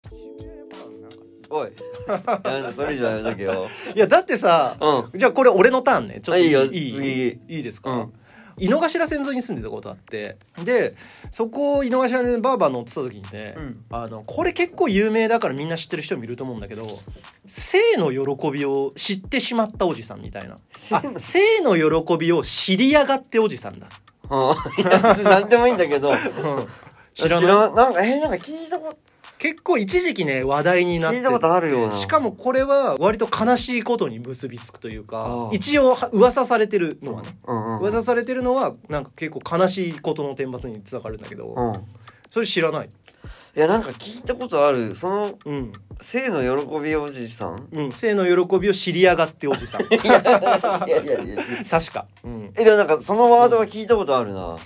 おいそれ以上やめとけよ。 いやだってさ、じゃあこれ俺のターンね。ちょっといいですか、井の頭線沿いに住んでたことあって、でそこ井の頭線バーバー乗ってた時にね、これ結構有名だからみんな知ってる人もいると思うんだけど、性の喜びを知ってしまったおじさんみたいな。性の喜びを知りやがっておじさんだ。 いや何でもいいんだけど、知らないなんか聞いたこと結構一時期ね話題になってて、 聞いたことあるような。 しかもこれは割と悲しいことに結びつくというか、一応噂されてるのはね、噂されてるのはなんか結構悲しいことの天罰につながるんだけど、それ知らない？ いやなんか聞いたことある。その、性の喜びおじさん、 性の喜びを知りやがっておじさん。いや確か、 でもなんかそのワードは聞いたことあるな。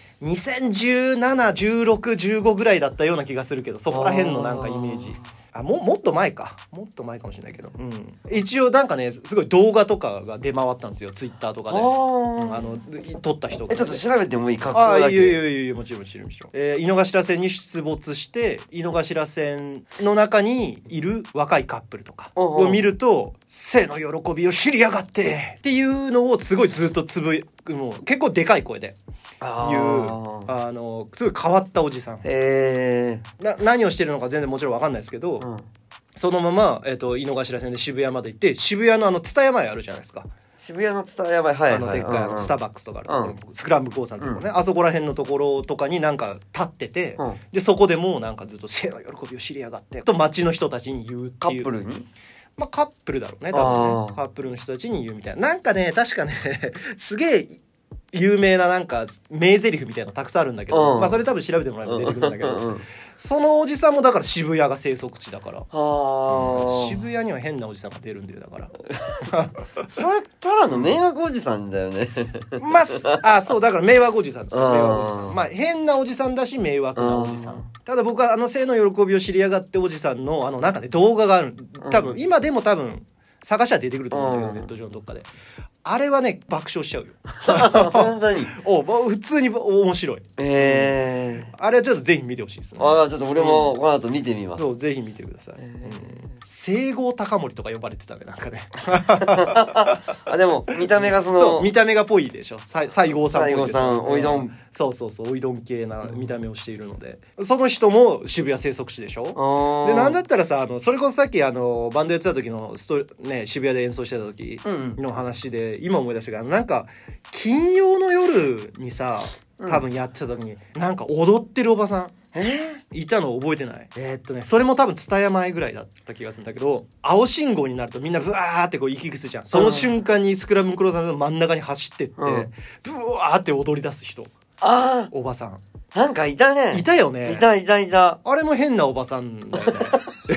2017、16、15ぐらいだったような気がするけど、そこら辺のなんかイメージ。もっと前かもしれないけど、一応なんかねすごい動画とかが出回ったんですよ、ツイッターとかで。撮った人が、 ちょっと調べてもいい？格好だけ。 いやもちろん井の頭線に出没して井の頭線の中にいる若いカップルとかを見ると、性の喜びを知りやがってっていうのをすごいずっともう結構でかい声で言う、すごい変わったおじさん、何をしてるのか全然もちろん分かんないですけど、そのまま、井の頭線で渋谷まで行って、渋谷の蔦屋前あるじゃないですか。 渋谷の蔦屋前、 でっかいスターバックスとかあるところ、スクランブル交差のところね、あそこら辺のところとかになんか立ってて、でそこでもうなんかずっと性の喜びを知りやがってと街の人たちに言うっていう。 カップルに？ カップルだろうね多分ね。カップルの人たちに言うみたいな。なんかね確かねすげえ有名ななんか名台詞みたいなのたくさんあるんだけど、それ多分調べてもらえば出てくるんだけど、そのおじさんもだから渋谷が生息地だから、渋谷には変なおじさんが出るんだよだからそれただの迷惑おじさんだよねそうだから迷惑おじさんですよ。迷惑おじさん、変なおじさんだし迷惑なおじさん。ただ僕は性の喜びを知りやがっておじさんのなんかね動画がある、多分今でも多分探したら出てくると思うんだけど、ネット上のどっかであれはね爆笑しちゃうよ本当に普通に面白い。あれはちょっとぜひ見てほしいですね。 ちょっと俺もこの後見てみます。 そうぜひ見てください。西郷隆盛とか呼ばれてたねなんかねでも見た目がそう見た目がぽいでしょ。西郷さんっぽいでしょ。 おいどん、 そうおいどん系な見た目をしているので、その人も渋谷生息地でしょ。でなんだったらさそれこそさっきバンドやってた時の渋谷で演奏してた時の話で、今思い出したけどなんか金曜の夜にさ多分やってた時になんか踊ってるおばさんいたの覚えてない？それも多分蔦屋前ぐらいだった気がするんだけど、青信号になるとみんなブワーってこう息くすじゃん。その瞬間にスクラムクローザーの真ん中に走ってって、ブワーって踊り出す人、おばさんなんかいたね。 いたよね。 いた。 あれも変なおばさんだよね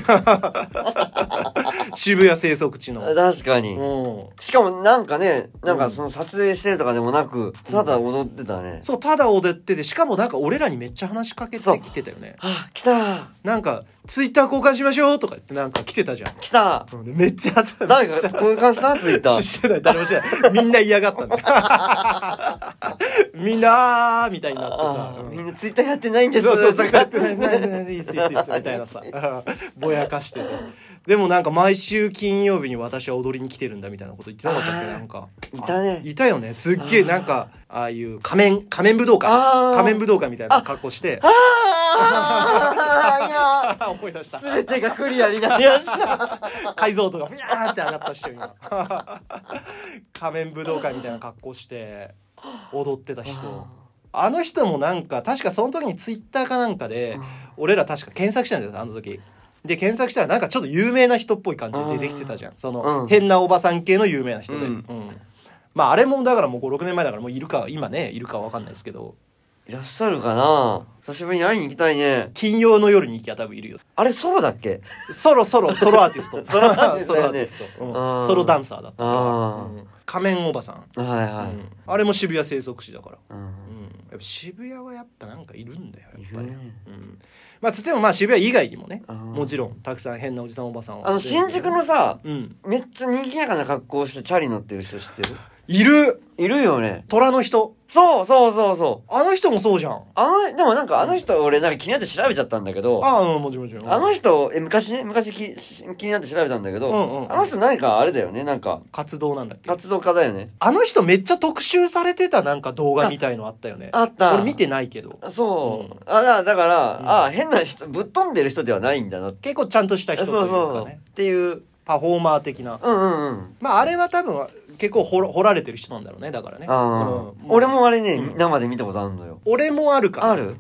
渋谷生息地の。 確かに。しかもなんかね、なんかその撮影してるとかでもなく、ただ踊ってたね。 そう、ただ踊ってて、しかもなんか俺らにめっちゃ話しかけてきてたよね。 来た。 なんかツイッター交換しましょうとか言ってなんか来てたじゃん。 来た。 めっちゃ誰か交換したツイッター。 してない、誰もしてない。みんな嫌がったんだよ。みんなみたいになってさ、 みんなツイッターやってないんです。 そうやってないいいっすみたいなさ、ぼやかしてて。でもなんか毎週金曜日に私は踊りに来てるんだみたいなこと言ってなかったっけ。なんかいたね。 いたよね。すっげえなんかああいう仮面武道館みたいな格好して。今思い出した。 全てがクリアになりました。 解像度がビャーって上がった人今。仮面武道館みたいな格好して踊ってた人。あの人もなんか確かその時にツイッターかなんかで俺ら確か検索したんだよあの時。で検索したらなんかちょっと有名な人っぽい感じで出てきてたじゃん。その変なおばさん系の有名な人で、まああれもだからもう5、6年前だからもう今ねいるかわかんないですけど。 いらっしゃるかな。久しぶりに会いに行きたいね。 金曜の夜に行きゃ多分いるよ。 あれソロだっけ？ ソロアーティスト。 ソロアーティスト。ソロダンサーだった。仮面おばさん。あれも渋谷生息地だから。やっぱ渋谷はやっぱなんかいるんだよやっぱり。まあつってもまあ渋谷以外にもね、もちろんたくさん変なおじさんおばさんは新宿のさ、めっちゃ賑やかな格好してチャリ乗ってる人知ってる？ いる。 いるよね。 虎の人。 そうそうそうそう。 あの人もそうじゃん。 でもなんかあの人、俺なんか気になって調べちゃったんだけど。 もちろんもちろん。 あの人、昔気になって調べたんだけど、あの人何かあれだよね、なんか。 活動なんだっけ？ 活動家だよね。 あの人めっちゃ特集されてたなんか動画みたいのあったよね。 あった。 俺見てないけど。 そう。だから、変な人、ぶっ飛んでる人ではないんだな。 結構ちゃんとした人というかね。 そうっていう。 パフォーマー的な。まああれは多分結構掘られてる人なんだろうね、だからね。 俺もあれね、生で見たことあるのよ。 俺もあるかな。 ある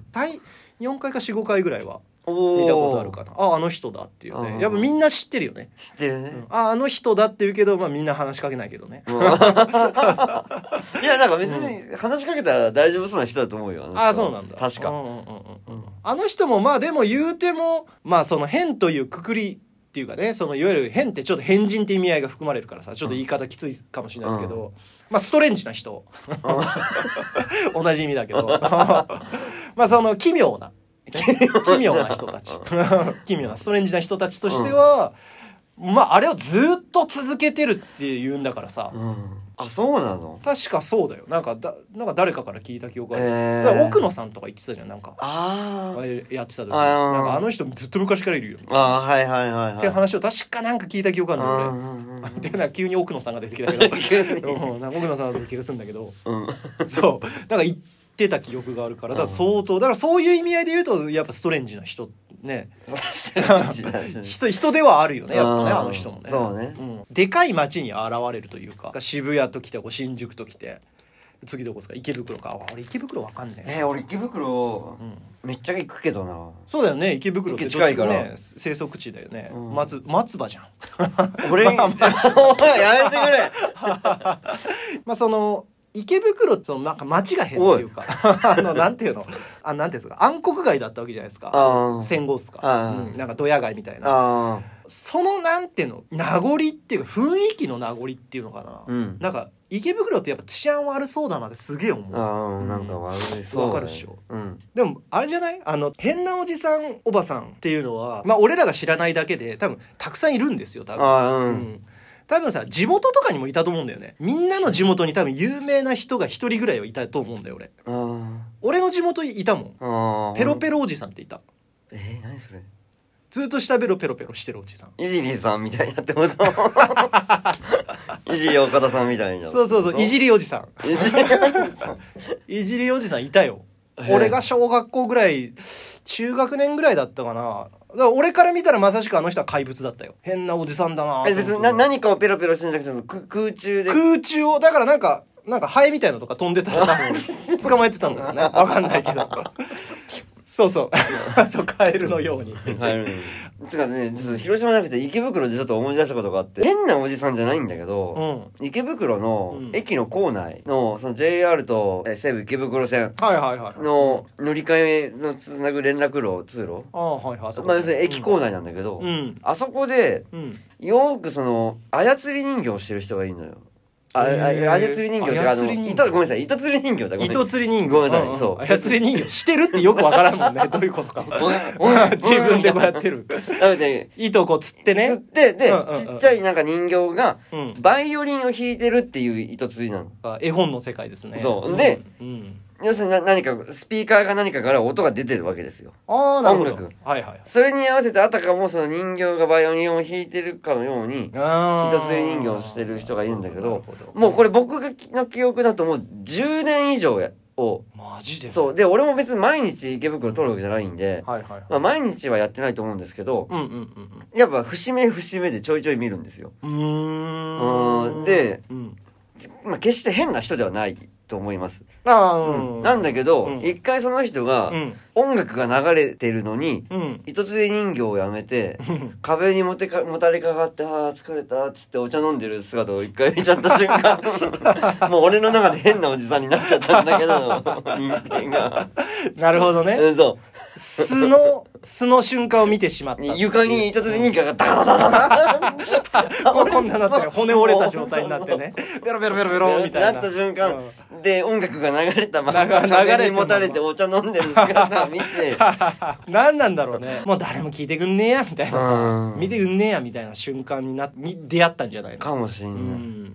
？4回か4、5回ぐらいは見たことあるかな。あの人だっていうね。やっぱみんな知ってるよね。 知ってるね。 あの人だって言うけど、まあみんな話しかけないけどね。 いや、なんか別に話しかけたら大丈夫そうな人だと思うよ。 そうなんだ。 確か。 あの人もまあでも言うても、まあその変というくくりっていうかね、そのいわゆる変ってちょっと変人って意味合いが含まれるからさ、ちょっと言い方きついかもしれないですけど、まあストレンジな人。同じ意味だけど。まあその奇妙な人たち。奇妙なストレンジな人たちとしては、まああれをずっと続けてるって言うんだからさ。 そうなの？ 確かそうだよ。なんか誰かから聞いた記憶ある。だから奥野さんとか言ってたじゃん、なんか。やってた時。なんかあの人ずっと昔からいるよ。 はいはいはい。 っていう話を確かなんか聞いた記憶あるの俺。っていうのは急に奥野さんが出てきたけど。奥野さんの気がするんだけど。そう。なんか言ってた記憶があるから、だから相当、だからそういう意味合いで言うと、やっぱストレンジな人。ね、人ではあるよね、やっぱね、あの人もね。 そうね、 でかい街に現れるというか、渋谷と来て新宿と来て、次どこですか？池袋か。俺池袋わかんねえ。 俺池袋、めっちゃ行くけどな。 そうだよね、池袋って近いからね、生息地だよね。松葉じゃん。 俺やめてくれ。 まあその池袋ってなんか街が変っていうかなんていうのなんていうんですか、暗黒街だったわけじゃないですか、戦後っすか、なんかドヤ街みたいな、そのなんていうの名残っていうか雰囲気の名残っていうのかな、なんか池袋ってやっぱ治安悪そうだなってすげえ思う。 なんか悪いそう、 わかるっしょ。でもあれじゃない、変なおじさんおばさんっていうのはまあ俺らが知らないだけで多分たくさんいるんですよ、多分。多分さ、地元とかにもいたと思うんだよね。みんなの地元に多分有名な人が一人ぐらいはいたと思うんだよ、俺。俺の地元いたもん。ペロペロおじさんっていた。 何それ？ ずっと下ベロペロペロしてるおじさん。 いじりさんみたいなってこといじり岡田さんみたいな。 そう、いじりおじさん。いじりおじさんいたよ。俺が小学校ぐらい、中学年ぐらいだったかな。だから俺から見たらまさしくあの人は怪物だったよ。変なおじさんだな。 別に何かをペロペロしてんじゃなくて、空中で。 空中を、だからなんかハエみたいなのとか飛んでたら多分捕まえてたんだよね。わかんないけど。そうそうカエルのように。 つかね、広島じゃなくて池袋でちょっと思い出したことがあって、変なおじさんじゃないんだけど、池袋の駅の構内のその JR と西武池袋線の乗り換えのつなぐ連絡路通路、まあ要するに駅構内なんだけど、あそこでよくその操り人形をしてる人がいるのよ。操り人形ってごめんなさい、糸釣り人形だ。 糸釣り人形。 ごめんなさい、そう。 操り人形してるってよくわからんもんね。どういうことか。自分でこうやってる。なので、糸をこう釣ってね。 釣って、で、ちっちゃいなんか人形が、バイオリンを弾いてるっていう糸釣りなの。 絵本の世界ですね。 そう。で、要するに何か、スピーカーか何かから音が出てるわけですよ。 なるほど。音楽。 それに合わせてあたかもその人形がバイオリンを弾いてるかのように、糸釣り人形をしてる人がいるんだけど、もうこれ僕の記憶だともう10年以上を。 マジで？ そう。で、俺も別に毎日池袋通るわけじゃないんで、毎日はやってないと思うんですけど、やっぱ節目節目でちょいちょい見るんですよ。で、まあ決して変な人ではないと思います。なんだけど、一回その人が、音楽が流れてるのに、糸釣り人形をやめて、壁にもたれかかって、疲れたっつってお茶飲んでる姿を一回見ちゃった瞬間、もう俺の中で変なおじさんになっちゃったんだけど、人間が。 なるほどね。 そう。 素の瞬間を見てしまった。 床に糸釣り人形がダダダダダこんななって骨折れた状態になってね。ベロベロベロベロみたいな。 なった瞬間、で、音楽が流れたまま、壁にもたれてお茶飲んでる姿を見て。 何なんだろうね。もう誰も聞いてくんねえや、みたいなさ。見てくんねえや、みたいな瞬間に出会ったんじゃないのかもしんない。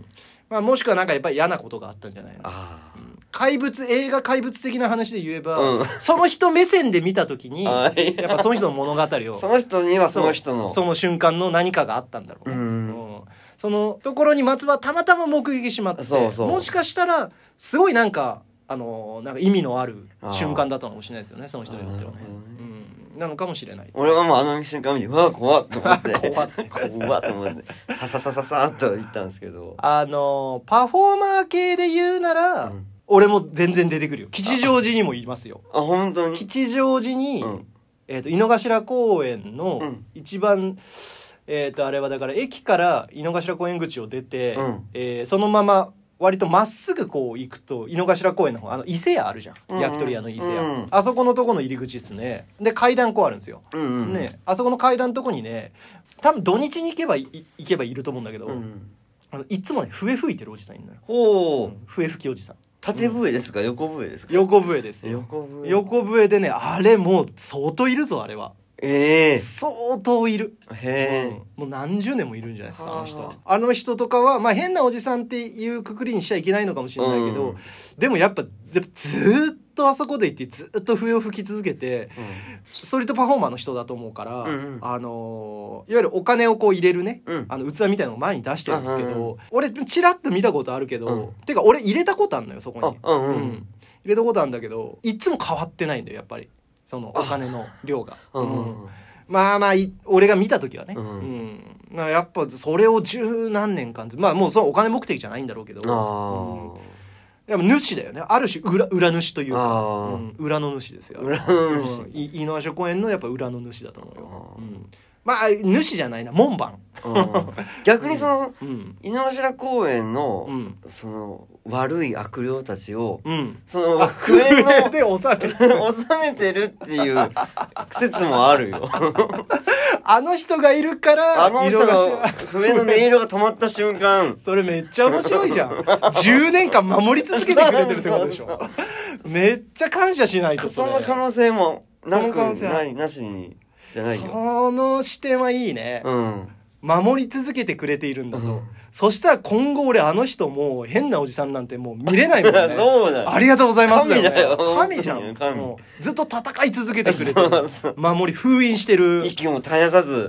まあ、もしくはなんかやっぱり嫌なことがあったんじゃないの。映画怪物的な話で言えば、その人目線で見た時にやっぱその人の物語をその人にはその人のその瞬間の何かがあったんだろうね、そのところに松はたまたま目撃しまって、もしかしたらすごいなんか意味のある瞬間だったのかもしれないですよね、その人によってはね、なのかもしれない。 俺はもう瞬間にうわ怖っと思って怖っと思ってさっと言ったんですけど、 パフォーマー系で言うなら、俺も全然出てくるよ。吉祥寺にもいますよ。 本当に吉祥寺に、井の頭公園の一番、あれはだから駅から井の頭公園口を出て、そのまま割とまっすぐこう行くと井の頭公園の方伊勢屋あるじゃん、焼き鳥屋の伊勢屋、あそこのとこの入り口ですね。で階段こうあるんですよ、ね、あそこの階段のとこにね、多分土日に行けばいると思うんだけど、いつもね笛吹いてるおじさんいるのよ。笛吹きおじさん。 縦笛ですか横笛ですか？ 横笛ですよ。横笛でね、あれもう相当いるぞ、あれは。相当いる。もう何十年もいるんじゃないですか、あの人とかはまあ変なおじさんっていうくくりにしちゃいけないのかもしれないけど、でもやっぱずっとあそこでいてずっと笛を吹き続けて、ストリートパフォーマーの人だと思うから、いわゆるお金をこう入れるね、器みたいなのを前に出してるんですけど、俺チラッと見たことあるけど、てか俺入れたことあるのよ、そこに。入れたことあるんだけど、いつも変わってないんだよ、やっぱりそのお金の量が。まあ俺が見た時はね、やっぱそれを十何年間、まあもうそのお金目的じゃないんだろうけど、やっぱ主だよね、ある種裏主というか、裏の主ですよ。井の頭公園のやっぱ裏の主だと思うよ。まあ主じゃないな、門番。 逆にその井の頭公園のその悪い悪霊たちをその笛で収めてるっていう説もあるよ。 あの人がいるからあの人の笛の音色が止まった瞬間それめっちゃ面白いじゃん。10年間守り続けてくれてるってことでしょ。めっちゃ感謝しないと。 その可能性もなしにじゃないよ。 その視点はいいね。守り続けてくれているんだと、そしたら今後俺あの人もう変なおじさんなんてもう見れないもんね。 そうだよ。 ありがとうございますだよね。 神じゃん。 もうずっと戦い続けてくれてる。守り封印してる。 息も絶やさず。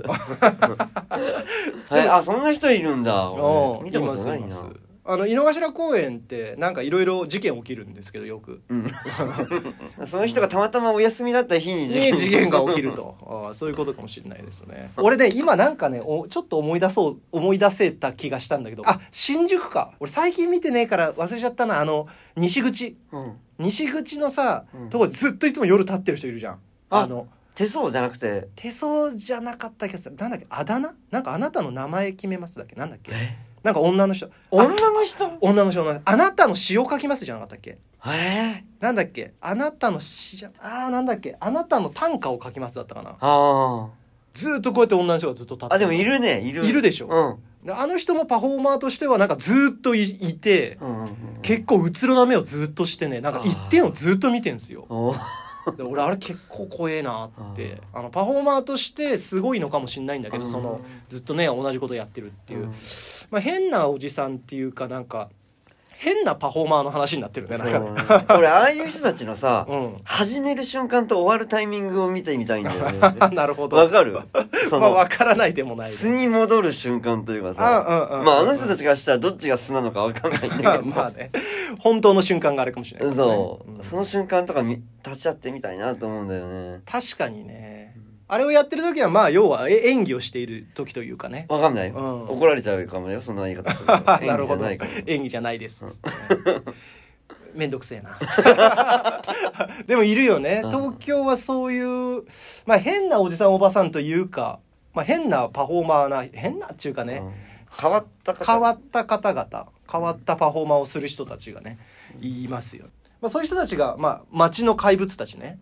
そんな人いるんだ。見たことないな。 井の頭公園ってなんかいろいろ事件起きるんですけど、よく、 その人がたまたまお休みだった日に事件が起きるとそういうことかもしれないですね。俺ね今なんかねちょっと思い出せた気がしたんだけど、新宿か。俺最近見てねえから忘れちゃったな。西口のさ、とこでずっといつも夜立ってる人いるじゃん。 手相じゃなくて。 手相じゃなかった気がする。なんだっけ、あだ名、なんかあなたの名前決めますだっけ、なんだっけ、なんか女の人あなたの詩を書きますじゃなかったっけ。なんだっけ、あなたの詩じゃなんだっけ、あなたの短歌を書きますだったかな。ずっとこうやって女の人がずっと立ってる。 でもいるね、いるでしょ、あの人もパフォーマーとしてはなんかずっといて、結構うつろな目をずっとしてね、なんか一点をずっと見てんすよ。俺あれ結構怖えなって。パフォーマーとしてすごいのかもしれないんだけど、そのずっとね同じことやってるっていう、変なおじさんっていうか、なんか変なパフォーマーの話になってるね。なんか俺ああいう人たちのさ、始める瞬間と終わるタイミングを見てみたいんだよね。 なるほど。 わかる。 わからないでもない。 素に戻る瞬間というかさ、あの人たちがしたらどっちが素なのかわかんないんだけど、 まあね、本当の瞬間があるかもしれない。 その瞬間とか立ち会ってみたいなと思うんだよね。 確かにね。あれをやってる時はまあ要は演技をしている時というかね。 わかんない、怒られちゃうかもよ、そんな言い方すると。 なるほど、演技じゃないですっつって、ね、めんどくせえな。でもいるよね、東京はそういう、変なおじさんおばさんというか、変なパフォーマーな、変なっていうかね、 変わった方 々、変わったパフォーマーをする人たちがねいますよ。そういう人たちが街の怪物たちね。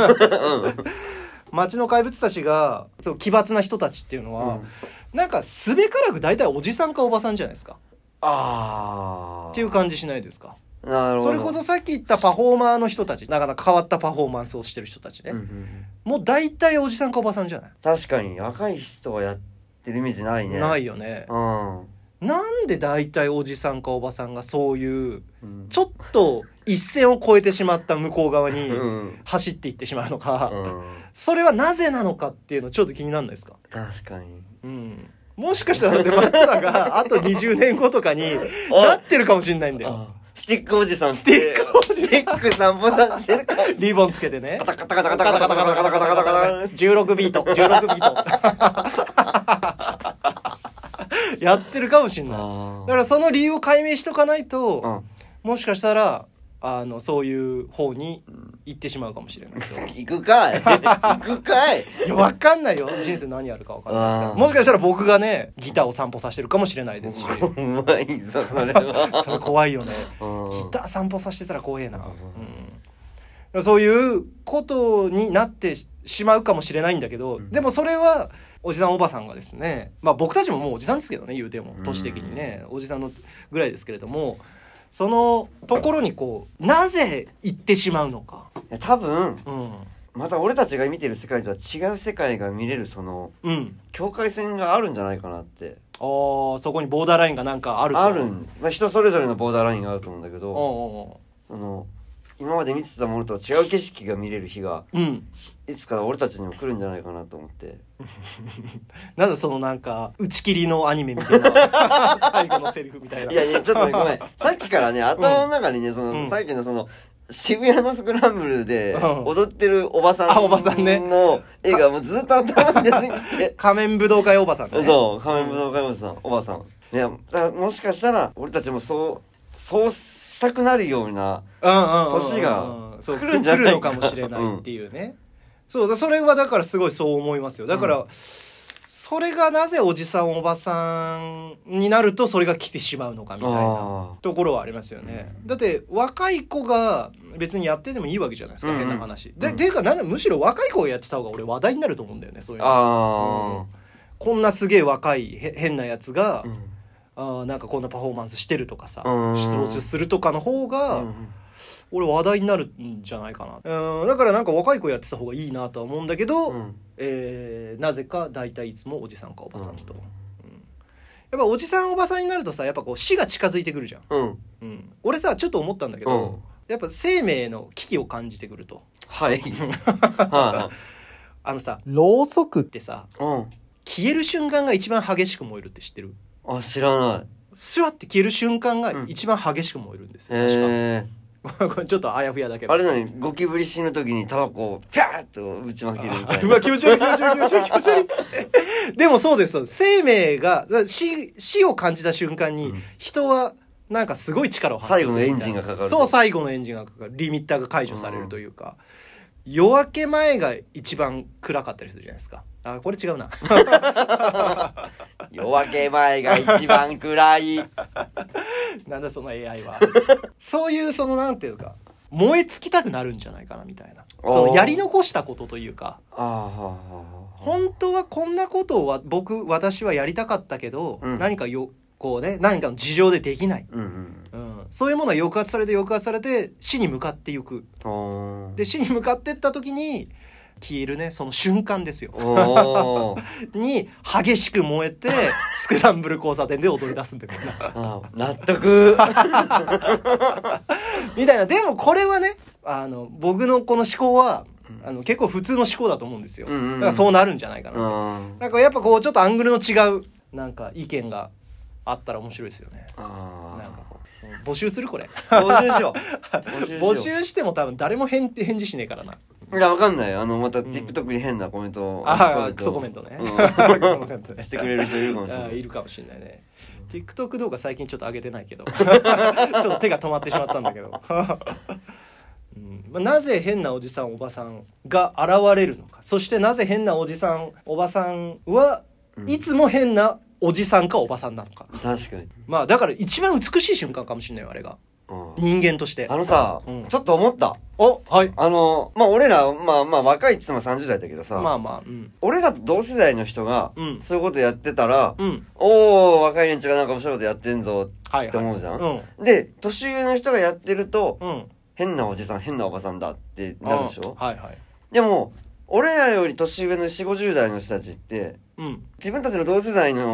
街の怪物たちが奇抜な人たちっていうのは、なんかすべからく大体おじさんかおばさんじゃないですか。っていう感じしないですか。それこそさっき言ったパフォーマーの人たち、なかなか変わったパフォーマンスをしてる人たちね、もう大体おじさんかおばさんじゃない。 確かに若い人がやってるイメージないね。 ないよね。 なんで大体おじさんかおばさんがそういう、ちょっと一線を越えてしまった向こう側に走っていってしまうのか、それはなぜなのかっていうのちょっと気にならないですか？ 確かに、 もしかしたらだって松田があと20年後とかになってるかもしれないんだよ。 スティックおじさんスティックおじさんスティック散歩させてるかリボンつけてね、 カタカタカタカタカタカタカタカタカタカタカタ 16ビートやってるかもしれない。だからその理由を解明しとかないと、もしかしたらそういう方に行ってしまうかもしれないけど。 行くかい行くかい。 いや、分かんないよ、人生何あるか分かんないですから。もしかしたら僕がねギターを散歩させてるかもしれないですし。 うまいぞそれは。 それ怖いよね。ギター散歩させてたら怖えな。そういうことになってしまうかもしれないんだけど、でもそれはおじさんおばさんがですね、まあ僕たちももうおじさんですけどね、言うても年的にねおじさんのぐらいですけれども、そのところにこうなぜ行ってしまうのか。 多分、また俺たちが見てる世界とは違う世界が見れるその、境界線があるんじゃないかなって。 そこにボーダーラインがなんかある人それぞれのボーダーラインがあると思うんだけど、今まで見てたものとは違う景色が見れる日が、いつか俺たちにも来るんじゃないかなと思ってなんだそのなんか打ち切りのアニメみたいな最後のセリフみたいな。 いやちょっとねごめんさっきからね頭の中にねさっきのその渋谷のスクランブルで踊ってるおばさんの絵がもうずっと頭に出てきて仮面武道会おばさんね。 そう仮面武道会おばさんいやもしかしたら俺たちもそうしたくなるような年が来るんじゃないかのかもしれないっていうね。そうそれはだからすごいそう思いますよ。だから、それがなぜおじさんおばさんになるとそれが来てしまうのかみたいなところはありますよね。だって若い子が別にやってでもいいわけじゃないですか、変な話で。っていうかむしろ若い子がやってた方が俺話題になると思うんだよね、そういうの。こんなすげえ若い変なやつが、なんかこんなパフォーマンスしてるとかさ、出没するとかの方が、俺話題になるんじゃないかな。だからなんか若い子やってた方がいいなとは思うんだけど、なぜか大体いつもおじさんかおばさんと、やっぱおじさんおばさんになるとさ、やっぱこう死が近づいてくるじゃん。俺さちょっと思ったんだけど、やっぱ生命の危機を感じてくると。 はいさろうそくってさ、消える瞬間が一番激しく燃えるって知ってる？ 知らない。 シュワって消える瞬間が一番激しく燃えるんですよ、確か。これちょっとあやふやだけど。 あれ何？ゴキブリ死ぬ時にタバコをピャーッと打ちまけるみたいな。 うわ気持ち悪い気持ち悪い気持ち悪い気持ち悪いでもそうです。生命が死を感じた瞬間に、人はなんかすごい力を発揮するみたいな。 最後のエンジンがかかる。 そう、最後のエンジンがかかる。リミッターが解除されるというか、夜明け前が一番暗かったりするじゃないですか。これ違うな夜明け前が一番暗いなんだその AI はそういうそのなんていうか燃え尽きたくなるんじゃないかなみたいな、そのやり残したことというか、本当はこんなことを私はやりたかったけど、何かこうね、何かの事情でできない、そういうものは抑圧されて死に向かっていく。で死に向かっていった時に消えるね、その瞬間ですよに激しく燃えてスクランブル交差点で踊り出すんだよ納得みたいな。でもこれはね、僕のこの思考は結構普通の思考だと思うんですよ。だからそうなるんじゃないかなって。なんかやっぱこうちょっとアングルの違うなんか意見があったら面白いですよね。なんかこう募集するこれ募集しよう募集しても多分誰も返事しねえからな。 いや、わかんない。また TikTok に変なコメントを。 クソコメントね。 してくれる人いるかもしれない。 いるかもしれないね。TikTok 動画最近ちょっと上げてないけど。ちょっと手が止まってしまったんだけど。なぜ変なおじさんおばさんが現れるのか。そしてなぜ変なおじさんおばさんはいつも変なおじさんかおばさんなのか。 確かに。 まあだから一番美しい瞬間かもしれないよ、あれが。人間としてさ、ちょっと思った。 はい。 俺ら若いっつっても30代だけどさ、俺らと同世代の人がそういうことやってたら、若い連中がなんか面白いことやってんぞって思うじゃん。で年上の人がやってると、変なおじさん変なおばさんだってなるでしょ。でも俺らより年上の 40,50 代の人たちって、自分たちの同世代の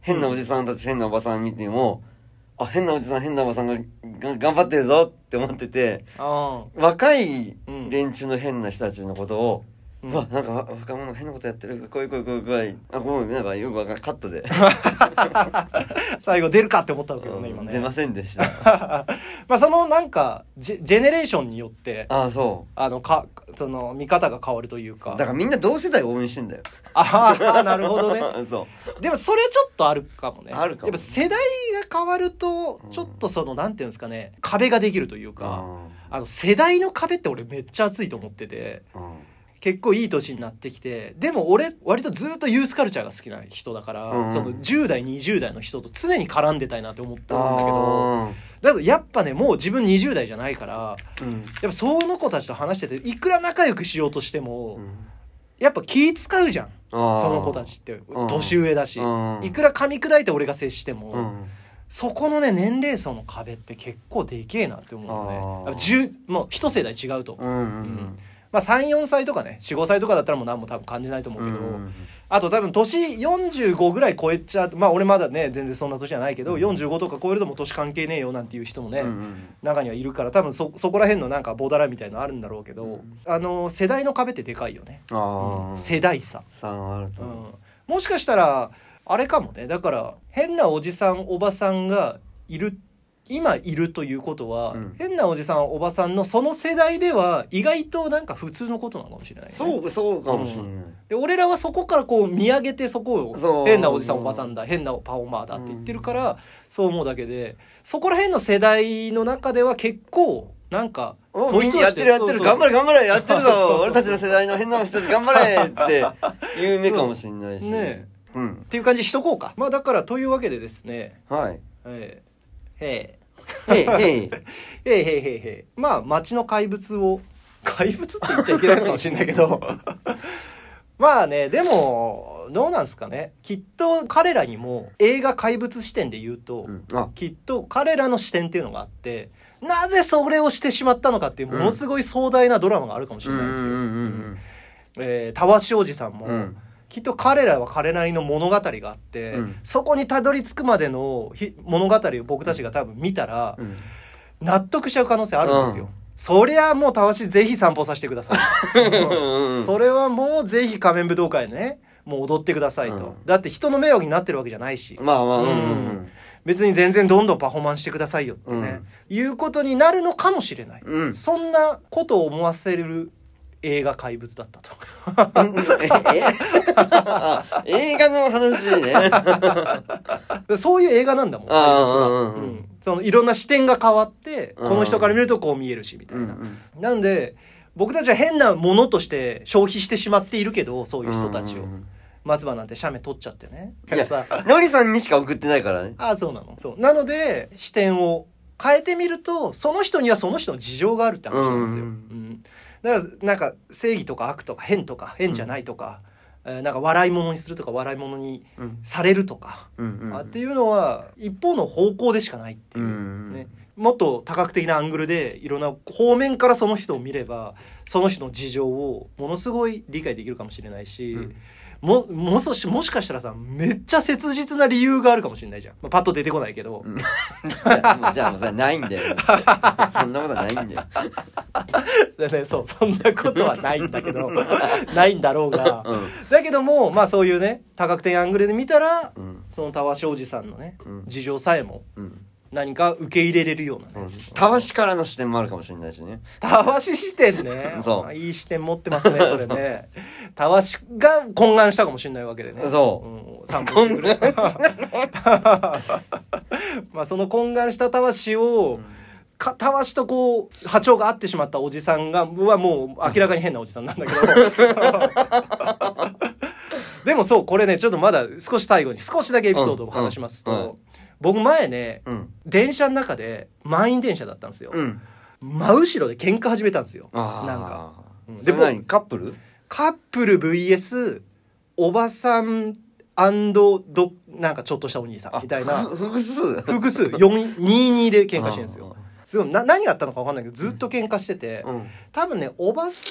変なおじさんたち変なおばさん見ても、変なおじさん変なおばさんが頑張ってるぞって思ってて、若い連中の変な人たちのことを、なんか若者変なことやってる、怖い、もうなんかよくわかんない、カットで最後出るかって思ったけどね、今ね出ませんでしたそのなんかジェネレーションによってその見方が変わるというか、 だからみんな同世代応援してんだよなるほどねそうでもそれちょっとあるかもね。 あるかも、 やっぱ世代が変わるとちょっとそのなんていうんですかね、壁ができるというか、世代の壁って俺めっちゃ熱いと思ってて、結構いい年になってきて、でも俺割とずっとユースカルチャーが好きな人だから、その10代20代の人と常に絡んでたいなって思ってるんだけど、だからやっぱねもう自分20代じゃないから、やっぱその子たちと話してていくら仲良くしようとしても、やっぱ気使うじゃん、その子たちって年上だし、いくら噛み砕いて俺が接しても、そこのね年齢層の壁って結構でけえなって思うね。もう一世代違うと、3、4歳とかね 4、5歳とかだったらもう何も多分感じないと思うけど、あと多分年45ぐらい超えちゃう、俺まだね全然そんな年じゃないけど、45とか超えるともう年関係ねえよなんていう人もね、中にはいるから、多分そこら辺のなんかボーダーラインみたいのあるんだろうけど、世代の壁ってでかいよね。世代差あると、 もしかしたらあれかもね。だから変なおじさんおばさんが今いるということは、変なおじさんおばさんのその世代では意外となんか普通のことなのかもしれない、ね、 そうかもしれない、 で俺らはそこからこう見上げて、そこを変なおじさんおばさんだ、変なパフォーマーだって言ってるから、そう思うだけで、そこら辺の世代の中では結構なんかそういう人やってる頑張れやってるぞ俺たちの世代の変な人たち頑張れっていう目かもしれないしね、 っていう感じしとこうか。だからというわけでですね、街の怪物って言っちゃいけないのかもしれないけどでもどうなんですかね。きっと彼らにも映画怪物視点で言うと、きっと彼らの視点っていうのがあって、なぜそれをしてしまったのかっていうものすごい壮大なドラマがあるかもしれないですよ。たわしおじさんも、きっと彼らは彼なりの物語があって、そこにたどり着くまでの物語を僕たちが多分見たら、納得しちゃう可能性あるんですよ。そりゃもうたわしぜひ散歩させてくださいそれはもうぜひ仮面武道会ね、もう踊ってくださいと、だって人の迷惑になってるわけじゃないし、別に全然どんどんパフォーマンスしてくださいよってね、いうことになるのかもしれない、そんなことを思わせる映画怪物だったと映画の話ねそういう映画なんだもん、怪物が、そのいろんな視点が変わって、この人から見るとこう見えるしみたいな、なんで僕たちは変なものとして消費してしまっているけど、そういう人たちを、松葉なんて写メ撮っちゃってね、 いやさのりさんにしか送ってないからね。 そうなの。そうなので視点を変えてみると、その人にはその人の事情があるって話なんですよ。だからなんか正義とか悪とか変とか変じゃないとか、なんか笑い物にするとか笑い物にされるとか、っていうのは一方の方向でしかないっていうね。もっと多角的なアングルでいろんな方面からその人を見れば、その人の事情をものすごい理解できるかもしれないし、もしかしたらさ、めっちゃ切実な理由があるかもしれないじゃん。パッと出てこないけど、 じゃあもうそれないんだよそんなことはないんだよそんなことはないんだけどないんだろうが、だけどもそういうね多角的なアングルで見たら、そのたわしおじさんのね、事情さえも何か受け入れれるようなね、 たわしからの視点もあるかもしれないしね。 たわし視点ねいい視点持ってますねそれねたわしが懇願したかもしれないわけでね。散歩してくれその懇願したたわしを、たわしとこう波長が合ってしまったおじさんがはもう明らかに変なおじさんなんだけどでもこれねちょっとまだ少し最後に少しだけエピソードを話しますと、僕前ね、電車の中で満員電車だったんですよ、真後ろで喧嘩始めたんですよ。なんかでもカップル VS おばさんなんかちょっとしたお兄さんみたいな複数 2-2で喧嘩してるんですよ。すごい何があったのか分かんないけどずっと喧嘩してて、多分ねおばさ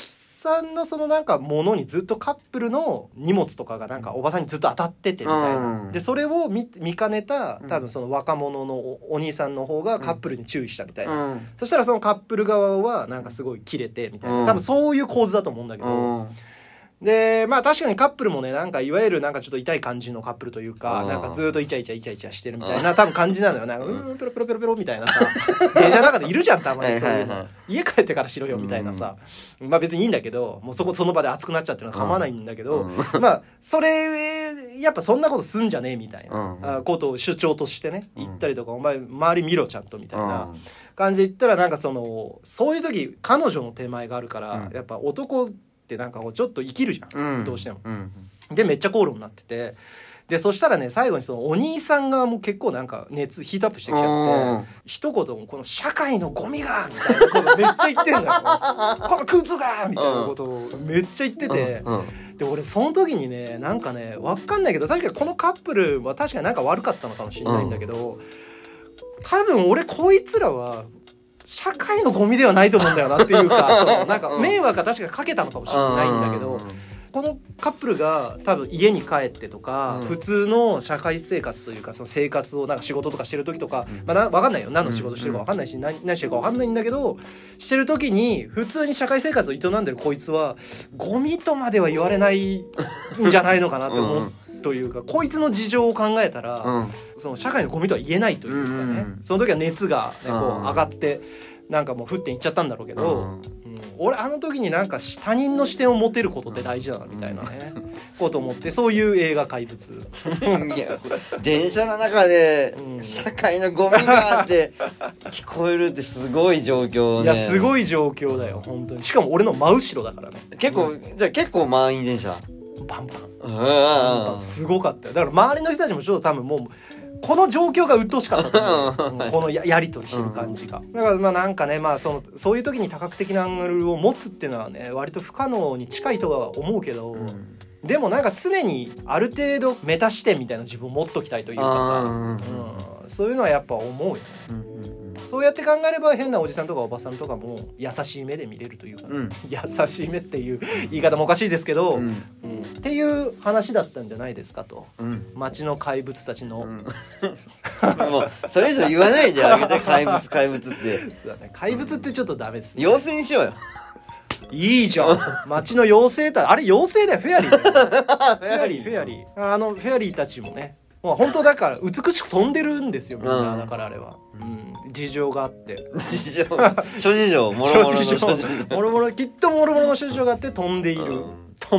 さんのそのなんかものにずっとカップルの荷物とかがなんかおばさんにずっと当たっててみたいな、でそれを見かねた多分その若者のお兄さんの方がカップルに注意したみたいな、そしたらそのカップル側はなんかすごいキレてみたいな、多分そういう構図だと思うんだけど、でまあ確かにカップルもねなんかいわゆるなんかちょっと痛い感じのカップルというか、なんかずっとイチャイチャしてるみたいな多分感じなのよ。なんかペロペロペロペロみたいなさ電車の中でいるじゃんたまにそういうの家帰ってからしろよみたいなさ、まあ別にいいんだけど、もうその場で熱くなっちゃってるのは構わないんだけど、まあそれやっぱそんなことすんじゃねえみたいなことを主張としてね言ったりとか、お前周り見ろちゃんとみたいな感じで言ったら、なんかそういう時彼女の手前があるから、やっぱ男ってなんかちょっと生きるじゃん、どうしても、でめっちゃ口論になってて、でそしたらね最後にそのお兄さん側も結構なんかヒートアップしてきちゃって、一言この社会のゴミがみたいなことめっちゃ言ってんだよこのクズがみたいなことをめっちゃ言ってて、で俺その時にねなんかね分かんないけど、確かにこのカップルは確かになんか悪かったのかもしれないんだけど、多分俺こいつらは社会のゴミではないと思うんだよなっていうかなんか迷惑は確かにかけたのかもしれないんだけど、このカップルが多分家に帰ってとか、普通の社会生活というかその生活をなんか仕事とかしてる時とか、まあ分かんないよ何の仕事してるか分かんないし、何してるか分かんないんだけど、してる時に普通に社会生活を営んでるこいつはゴミとまでは言われないんじゃないのかなって思うというか、こいつの事情を考えたら、その社会のゴミとは言えないというかね、その時は熱が、ね、こう上がってなんかもう沸点いっちゃったんだろうけど、俺あの時になんか他人の視点を持てることって大事だなみたいなね、こと思って、そういう映画怪物いや電車の中で社会のゴミがあって聞こえるってすごい状況ね。 いやすごい状況だよ本当に。しかも俺の真後ろだからね。 結構じゃあ結構満員電車バンバンすごかったよ。だから周りの人たちもちょっと多分もうこの状況が鬱陶しかったと思うこの やり取りしてる感じが。だからまあなんかね、まあそういう時に多角的なアングルを持つっていうのはね割と不可能に近いとは思うけど、でもなんか常にある程度メタ視点みたいな自分を持っときたいというかさ、そういうのはやっぱ思うよね。そうやって考えれば変なおじさんとかおばさんとかも優しい目で見れるというか、優しい目っていう言い方もおかしいですけど、っていう話だったんじゃないですかと、街の怪物たちの、もうそれ以上言わないであげて怪物って怪物ってちょっとダメですね。妖精にしようよ。 いいじゃん街の妖精あれ妖精だよ、フェアリーだよフェアリーフェアリーたちもね、本当だから美しく飛んでるんですよみんな、だからあれは、事情があって諸事情もろもろの諸事情もろもろきっともろもろの諸事情があって飛んでいるそう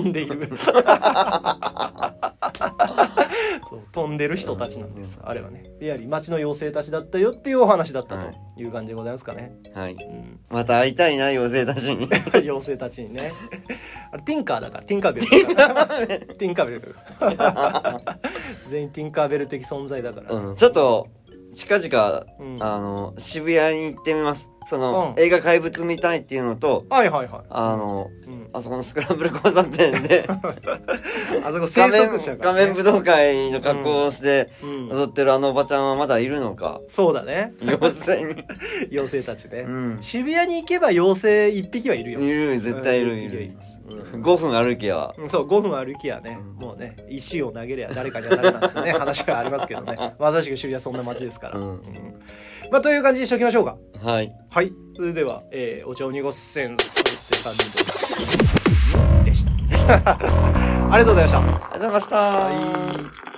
飛んでる人たちなんです、あれはね。やはり街の妖精たちだったよっていうお話だったという感じでございますかね。 はい、また会いたいな妖精たちに妖精たちにねあれティンカーだからティンカーベルティンカーベル全員ティンカーベル的存在だから、 ちょっと近々、渋谷に行ってみます。その、映画怪物見たいっていうのと、あそこのスクランブル交差点であそこ生息者が、 仮面武道会の格好をして踊ってるあのおばちゃんはまだいるのか。 そうだね、妖精たちね、渋谷に行けば妖精1匹はいるよ。 いる、絶対いる、5分歩きは、 そう5分歩きはね、もうね石を投げりゃ誰かに当たるなんてね話がありますけどね、まさしく渋谷そんな街ですから、まあという感じにしておきましょうか。はいはい、それでは、お茶を濁すせん3人でしたありがとうございました。 ありがとうございました。